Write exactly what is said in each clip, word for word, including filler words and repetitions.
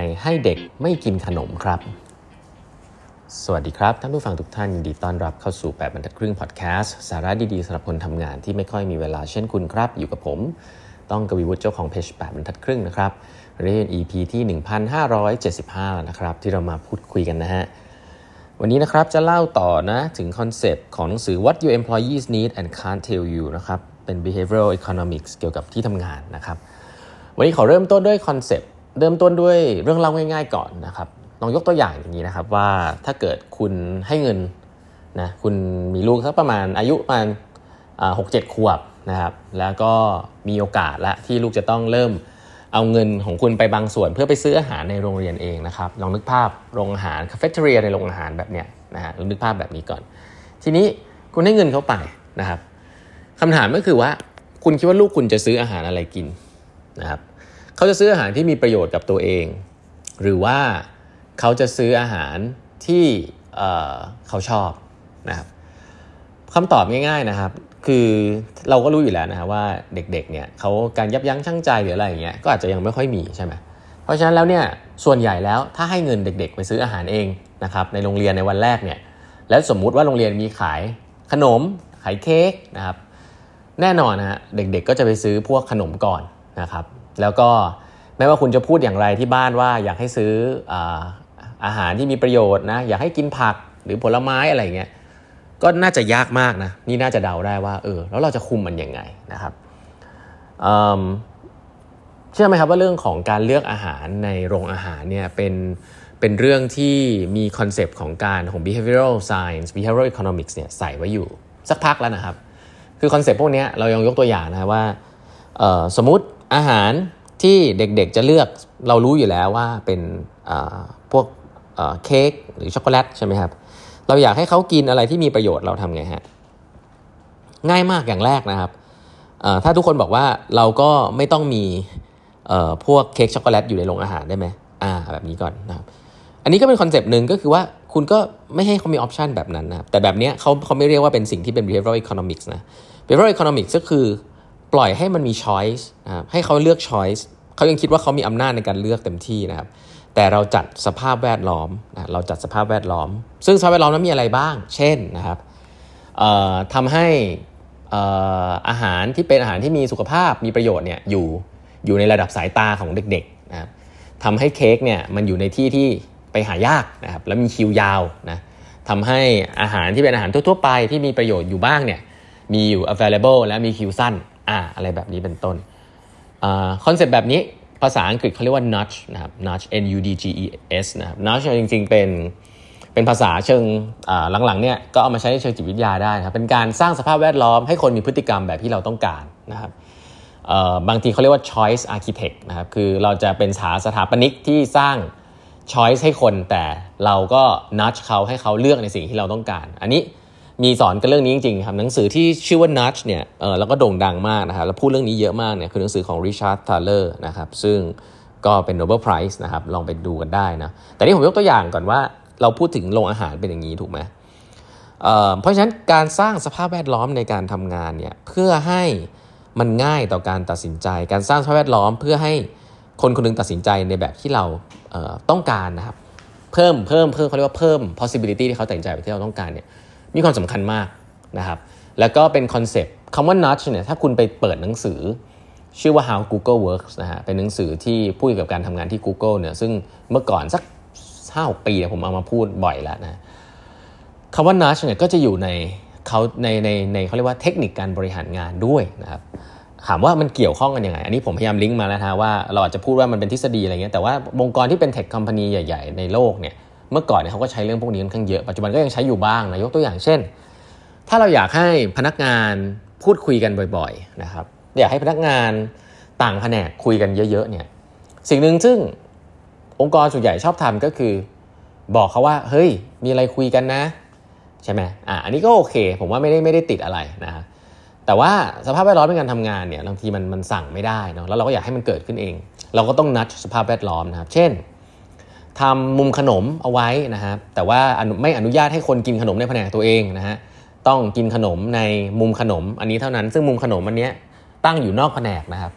ให้เด็กไม่กินขนมครับสวัสดีครับท่านผู้ฟังทุกท่านยินดีต้อนรับเข้าสู่แปดบรรทัดครึ่งพอดแคสต์สาระดีๆสำหรับคนทำงานที่ไม่ค่อยมีเวลาเช่นคุณครับอยู่กับผมต้องกวีวุฒิเจ้าของเพจแปดบรรทัดครึ่งนะครับเรียน อี พี ที่ หนึ่งพันห้าร้อยเจ็ดสิบห้า แล้วนะครับที่เรามาพูดคุยกันนะฮะวันนี้นะครับจะเล่าต่อนะถึงคอนเซปต์ของหนังสือ What Your Employees Need and Can't Tell You นะครับเป็น behavioral economics เกี่ยวกับที่ทำงานนะครับวันนี้ขอเริ่มต้นด้วยคอนเซปต์เริ่มต้นด้วยเรื่องเล่าง่ายๆก่อนนะครับลองยกตัวอย่างอย่างนี้นะครับว่าถ้าเกิดคุณให้เงินนะคุณมีลูกสักประมาณอายุประมาณหกเจ็ดขวบนะครับแล้วก็มีโอกาสละที่ลูกจะต้องเริ่มเอาเงินของคุณไปบางส่วนเพื่อไปซื้ออาหารในโรงเรียนเองนะครับลองนึกภาพโรงอาหารคาเฟ่เทเรียในโรงอาหารแบบเนี้ยนะฮะลองนึกภาพแบบนี้ก่อนทีนี้คุณให้เงินเขาไปนะครับคำถามก็คือว่าคุณคิดว่าลูกคุณจะซื้ออาหารอะไรกินนะครับเขาจะซื้ออาหารที่มีประโยชน์กับตัวเองหรือว่าเขาจะซื้ออาหารที่เอ่อเขาชอบนะครับคำตอบง่ายๆนะครับคือเราก็รู้อยู่แล้วนะครับว่าเด็กๆเนี่ยเขาการยับยั้งชั่งใจหรืออะไรอย่างเงี้ยก็อาจจะยังไม่ค่อยมีใช่ไหมเพราะฉะนั้นแล้วเนี่ยส่วนใหญ่แล้วถ้าให้เงินเด็กๆไปซื้ออาหารเองนะครับในโรงเรียนในวันแรกเนี่ยแล้วสมมุติว่าโรงเรียนมีขายขนมขายเค้กนะครับแน่นอนนะฮะเด็กๆก็จะไปซื้อพวกขนมก่อนนะครับแล้วก็ไม่ว่าคุณจะพูดอย่างไรที่บ้านว่าอยากให้ซื้ออ่าอาหารที่มีประโยชน์นะอยากให้กินผักหรือผลไม้อะไรเงี้ยก็น่าจะยากมากนะนี่น่าจะเดาได้ว่าเออแล้วเราจะคุมมันยังไงนะครับเอ่อเชื่อไหมครับว่าเรื่องของการเลือกอาหารในโรงอาหารเนี่ยเป็นเป็นเรื่องที่มีคอนเซปต์ของการของ behavioral science behavioral economics เนี่ยใส่ไว้อยู่สักพักแล้วนะครับคือคอนเซปต์พวกนี้เรายังยกตัวอย่างนะว่าเอ่อสมมุติอาหารที่เด็กๆจะเลือกเรารู้อยู่แล้วว่าเป็นพวกเค้กหรือช็อกโกแลตใช่ไหมครับเราอยากให้เขากินอะไรที่มีประโยชน์เราทำไงฮะง่ายมากอย่างแรกนะครับถ้าทุกคนบอกว่าเราก็ไม่ต้องมีพวกเค้กช็อกโกแลตอยู่ในโรงอาหารได้ไหมอ่าแบบนี้ก่อนนะครับอันนี้ก็เป็นคอนเซปต์นึงก็คือว่าคุณก็ไม่ให้เขามีออปชันแบบนั้นนะครับแต่แบบนี้เขาเขาไม่เรียกว่าเป็นสิ่งที่เป็น behavioral economics นะ behavioral economics ก็คือปล่อยให้มันมี choice นะครับให้เขาเลือก choice เขายังคิดว่าเขามีอำนาจในการเลือกเต็มที่นะครับแต่เราจัดสภาพแวดล้อมนะเราจัดสภาพแวดล้อมซึ่งสภาพแวดล้อมนั้นมีอะไรบ้างเช่นนะครับทำให้อาหารที่เป็นอาหารที่มีสุขภาพมีประโยชน์เนี่ยอยู่อยู่ในระดับสายตาของเด็กๆนะครับทำให้เค้กเนี่ยมันอยู่ในที่ที่ไปหายากนะครับแล้วมีคิวยาวนะทำให้อาหารที่เป็นอาหารทั่วๆไปที่มีประโยชน์อยู่บ้างเนี่ยมีอยู่ available และมีคิวสั้นอ่าอะไรแบบนี้เป็นต้นคอนเซ็ปต์แบบนี้ภาษาอังกฤษเขาเรียกว่า nudge นะครับ nudge n u d g e s นะครับ nudge จริงๆเป็นเป็นภาษาเชิงหลังๆเนี่ยก็เอามาใช้ในเชิงจิตวิทยาได้นะครับเป็นการสร้างสภาพแวดล้อมให้คนมีพฤติกรรมแบบที่เราต้องการนะครับบางทีเขาเรียกว่า choice architect นะครับคือเราจะเป็นสถาสถาปนิกที่สร้าง choice ให้คนแต่เราก็ nudge เขาให้เขาเลือกในสิ่งที่เราต้องการอันนี้มีสอนกันเรื่องนี้จริงๆครับหนังสือที่ชื่อว่า Nudge เนี่ยเออแล้วก็โด่งดังมากนะครับแล้วพูดเรื่องนี้เยอะมากเนี่ยคือหนังสือของ Richard Thaler นะครับซึ่งก็เป็น Nobel Prize นะครับลองไปดูกันได้นะแต่นี่ผมยกตัวอย่างก่อนว่าเราพูดถึงโรงอาหารเป็นอย่างนี้ถูกไหมเอ่อเพราะฉะนั้นการสร้างสภาพแวดล้อมในการทำงานเนี่ยเพื่อให้มันง่ายต่อการตัดสินใจการสร้างสภาพแวดล้อมเพื่อให้คนคนนึงตัดสินใจในแบบที่เราเอ่อต้องการนะครับเพิ่มเพิ่มเพิ่มเขาเรียกว่าเพิ่ม possibility ที่เขาตัดสินใจแบบที่เราต้องการเนี่ยมีความสำคัญมากนะครับแล้วก็เป็นคอนเซปต์คำว่า nudge เนี่ยถ้าคุณไปเปิดหนังสือชื่อว่า how Google works นะฮะเป็นหนังสือที่พูดเกี่ยวกับการทำงานที่ Google เนี่ยซึ่งเมื่อก่อนสัก ห้าหก ปีเนี่ยผมเอามาพูดบ่อยแล้วนะคำว่า nudge เนี่ยก็จะอยู่ในเขาในในในเขาเรียกว่าเทคนิคการบริหารงานด้วยนะครับถามว่ามันเกี่ยวข้องกันยังไงอันนี้ผมพยายามลิงก์มาแล้วนะว่าเราอาจจะพูดว่ามันเป็นทฤษฎีอะไรเงี้ยแต่ว่าองค์กรที่เป็นเทคคอมพานีใหญ่ๆในโลกเนี่ยเมื่อก่อนเนี่ยเขาก็ใช้เรื่องพวกนี้ค่อนข้างเยอะปัจจุบันก็ยังใช้อยู่บ้างนะยกตัวอย่างเช่นถ้าเราอยากให้พนักงานพูดคุยกันบ่อยๆนะครับอยากให้พนักงานต่างแผนกคุยกันเยอะๆเนี่ยสิ่งหนึ่งซึ่งองค์กรส่วนใหญ่ชอบทำก็คือบอกเขาว่าเฮ้ยมีอะไรคุยกันนะใช่ไหมอ่ะอันนี้ก็โอเคผมว่าไม่ได้ไม่ได้ติดอะไรนะแต่ว่าสภาพแวดล้อมในการทำงานเนี่ยบางทีมันมันสั่งไม่ได้เนาะแล้วเราก็อยากให้มันเกิดขึ้นเองเราก็ต้องนัดสภาพแวดล้อมนะครับเช่นทำมุมขนมเอาไว้นะครับแต่ว่าไม่อนุญาตให้คนกินขนมในแผนกตัวเองนะฮะต้องกินขนมในมุมขนมอันนี้เท่านั้นซึ่งมุมขนมอันนี้ตั้งอยู่นอกแผนกนะครับ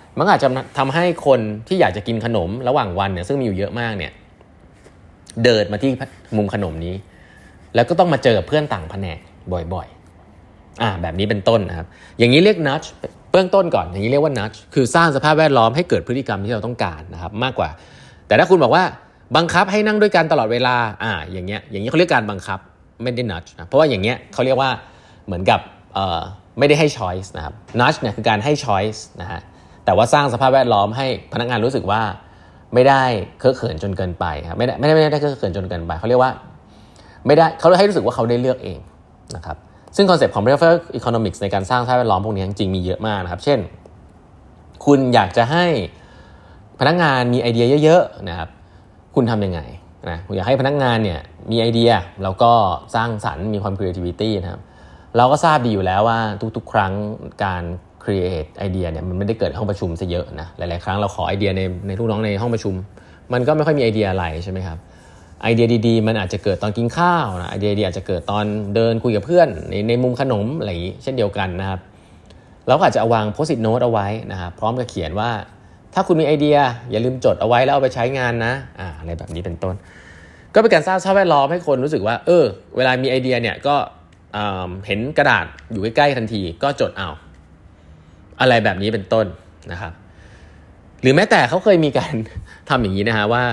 มันอาจจะทำให้คนที่อยากจะกินขนมระหว่างวันเนี่ยซึ่งมีอยู่เยอะมากเนี่ยเดินมาที่มุมขนมนี้แล้วก็ต้องมาเจอกับเพื่อนต่างแผนกบ่อยๆอ่าแบบนี้เป็นต้นนะครับอย่างนี้เรียก nudge เบื้องต้นก่อนอย่างนี้เรียกว่า nudge คือสร้างสภาพแวดล้อมให้เกิดพฤติกรรมที่เราต้องการนะครับมากกว่าแต่ถ้าคุณบอกว่าบังคับให้นั่งด้วยกันตลอดเวลาอ่าอย่างเงี้ยอย่างนี้เขาเรียกการบังคับไม่ได้ nudge นะเพราะว่าอย่างเงี้ยเขาเรียกว่าเหมือนกับเอ่อไม่ได้ให้ choice นะครับ nudge เนี่ยคือการให้ choice นะฮะแต่ว่าสร้างสภาพแวดล้อมให้พนักงานรู้สึกว่าไม่ได้เคอะเขินจนเกินไปครับไม่ได้ไม่ได้ไม่ได้เคอะเขินจนเกินไปเขาเรียกว่าไม่ได้เขาให้รู้สึกว่าเขาได้เลือกเองนะครับซึ่งคอนเซ็ปต์ของ behavioral economics ในการสร้างสภาพแวดล้อมพวกนี้จริงๆมีเยอะมากนะครับเช่นคุณอยากจะให้พนักงานมีไอเดียเยอะๆนะครับคุณทำยังไงนะคุณอยากให้พนักงานเนี่ยมีไอเดียแล้วก็สร้างสรรค์มีความ creativity นะครับเราก็ทราบดีอยู่แล้วว่าทุกๆครั้งการ create ไอเดียเนี่ยมันไม่ได้เกิดในห้องประชุมซะเยอะนะหลายๆครั้งเราขอไอเดียในในลูกน้องในห้องประชุมมันก็ไม่ค่อยมีไอเดียอะไรใช่ไหมครับไอเดียดีๆมันอาจจะเกิดตอนกินข้าวนะไอเดียดีอาจจะเกิดตอนเดินคุยกับเพื่อนในในมุมขนมอะไรอย่างนี้เช่นเดียวกันนะครับเราก็อาจจะเอาวาง post-it note เอาไว้นะครับพร้อมกับเขียนว่าถ้าคุณมีไอเดียอย่าลืมจดเอาไว้แล้วเอาไปใช้งานนะอ่าอะไรแบบนี้เป็นต้นก็เป็นการสร้างสภาพแวดล้อมให้คนรู้สึกว่าเออเวลามีไอเดียเนี่ยก็เอ่อเห็นกระดาษอยู่ใกล้ๆทันทีก็จดเอาอะไรแบบนี้เป็นต้นนะครับหรือแม้แต่เขาเคยมีการทำอย่างนี้นะฮะว่า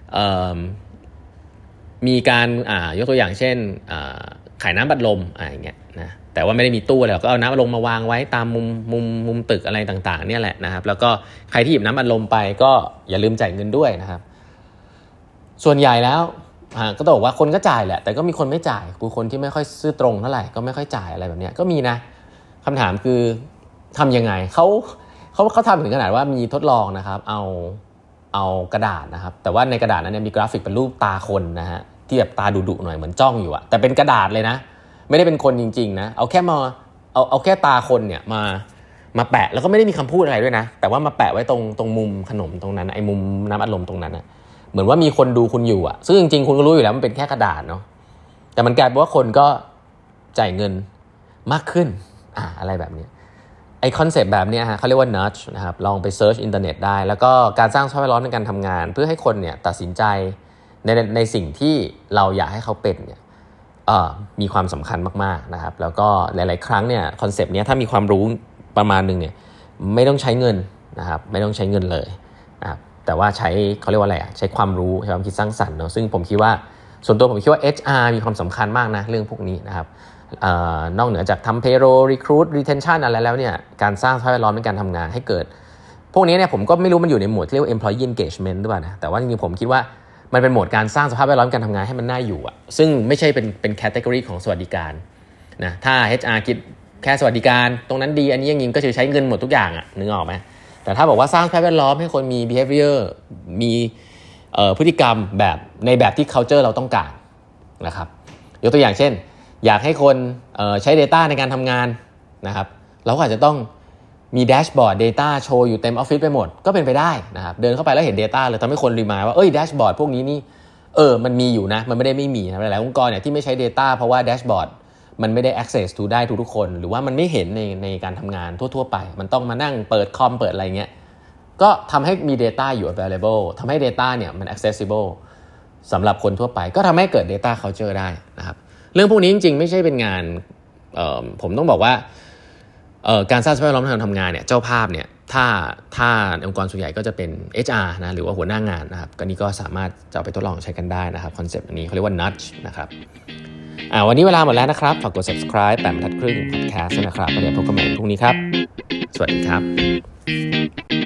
มีการอ่ายกตัวอย่างเช่นขายน้ำบัดลมอะไรอย่างเงี้ยนะแต่ว่าไม่ได้มีตู้อะไรก็เอาน้ำบัดลมมาวางไว้ตามมุมมุมมุมตึกอะไรต่างๆเนี่ยแหละนะครับแล้วก็ใครที่หยิบน้ำบัดลมไปก็อย่าลืมจ่ายเงินด้วยนะครับส่วนใหญ่แล้วก็ต้องบอกว่าคนก็จ่ายแหละแต่ก็มีคนไม่จ่ายคือคนที่ไม่ค่อยซื่อตรงเท่าไหร่ก็ไม่ค่อยจ่ายอะไรแบบนี้ก็มีนะคำถามคือทำยังไงเขาเขาเขาทำถึงขนาดว่ามีทดลองนะครับเอาเอากระดาษนะครับแต่ว่าในกระดาษนั้นเนี่ยมีกราฟิกเป็นรูปตาคนนะฮะที่แบบตาดุๆหน่อยเหมือนจ้องอยู่อะแต่เป็นกระดาษเลยนะไม่ได้เป็นคนจริงๆนะเอาแค่มาเอาเอาแค่ตาคนเนี่ยมามาแปะแล้วก็ไม่ได้มีคำพูดอะไรด้วยนะแต่ว่ามาแปะไว้ตรงตรงมุมขนมตรงนั้นไอ้มุมน้ำอัดลมตรงนั้นนะเหมือนว่ามีคนดูคุณอยู่อะซึ่งจริงๆคุณก็รู้อยู่แล้วมันเป็นแค่กระดาษเนาะแต่มันกลายเป็นว่าคนก็จ่ายเงินมากขึ้นอ่าอะไรแบบนี้ไอคอนเซปต์แบบนี้ฮะเขาเรียกว่า nudge นะครับลองไปเซิร์ชอินเทอร์เน็ตได้แล้วก็การสร้างสภาพแวดล้อมในการทำงานเพื่อให้คนเนี่ยตัดสินใจในในสิ่งที่เราอยากให้เขาเป็นเนี่ยมีความสำคัญมากๆนะครับแล้วก็หลายๆครั้งเนี่ยคอนเซปต์นี้ถ้ามีความรู้ประมาณนึงเนี่ยไม่ต้องใช้เงินนะครับไม่ต้องใช้เงินเลยนะครับแต่ว่าใช้เขาเรียกว่าอะไรอ่ะใช้ความรู้ใช้ความคิดสร้างสรรค์เนาะซึ่งผมคิดว่าส่วนตัวผมคิดว่า เอช อาร์ มีความสำคัญมากนะเรื่องพวกนี้นะครับนอกเหนือจากทำ payroll recruit retention อะไรแล้วเนี่ยการสร้างสภาพแวดล้อมในการทำงานให้เกิดพวกนี้เนี่ยผมก็ไม่รู้มันอยู่ในหมวดที่เรียกว่า employee engagement ด้วยนะแต่ว่าจริงๆผมคิดว่ามันเป็นโหมดการสร้างสภาพแวดล้อมการทำงานให้มันน่าอยู่อ่ะซึ่งไม่ใช่เป็นเป็นแคตตากรีของสวัสดิการนะถ้า เอช อาร์ คิดแค่สวัสดิการตรงนั้นดีอันนี้ยังยิงก็จะใช้เงินหมดทุกอย่างอ่ะนึกออกไหมแต่ถ้าบอกว่าสร้างสภาพแวดล้อมให้คนมี behavior มีเอ่อพฤติกรรมแบบในแบบที่ culture เราต้องการนะครับยกตัวอย่างเช่นอยากให้คนเอ่อใช้ data ในการทำงานนะครับเราก็อาจจะต้องมีแดชบอร์ด data โชว์อยู่เต็มออฟฟิศไปหมดก็เป็นไปได้นะครับเดินเข้าไปแล้วเห็น data เลยทำให้คนรีมายว่าเอ้ยแดชบอร์ดพวกนี้นี่เออมันมีอยู่นะมันไม่ได้ไม่มีนะหลายๆองค์กรเนี่ยที่ไม่ใช้ data เพราะว่าแดชบอร์ดมันไม่ได้ access to ได้ทุกๆคนหรือว่ามันไม่เห็นในในการทำงานทั่วๆไปมันต้องมานั่งเปิดคอมเปิดอะไรเงี้ยก็ทำให้มี data อยู่ available ทำให้ data เนี่ยมัน accessible สำหรับคนทั่วไปก็ทำให้เกิด data culture ได้นะครับเรื่องพวกนี้จริงๆไม่ใช่เป็นงานผมต้องบอกว่าการสร้างสภาพแวดล้อมทางการทำงานเนี่ยเจ้าภาพเนี่ยถ้าถ้าองค์กรส่วนใหญ่ก็จะเป็น เอช อาร์ นะหรือว่าหัวหน้างานนะครับก็นี่ก็สามารถจะเอาไปทดลองใช้กันได้นะครับคอนเซปต์อันนี้เขาเรียกว่า nudge นะครับอ่าวันนี้เวลาหมดแล้วนะครับฝากกด subscribe แปดบรรทัดครึ่ง podcast นะครับแล้วเดี๋ยวพบกันใหม่พรุ่งนี้ครับสวัสดีครับ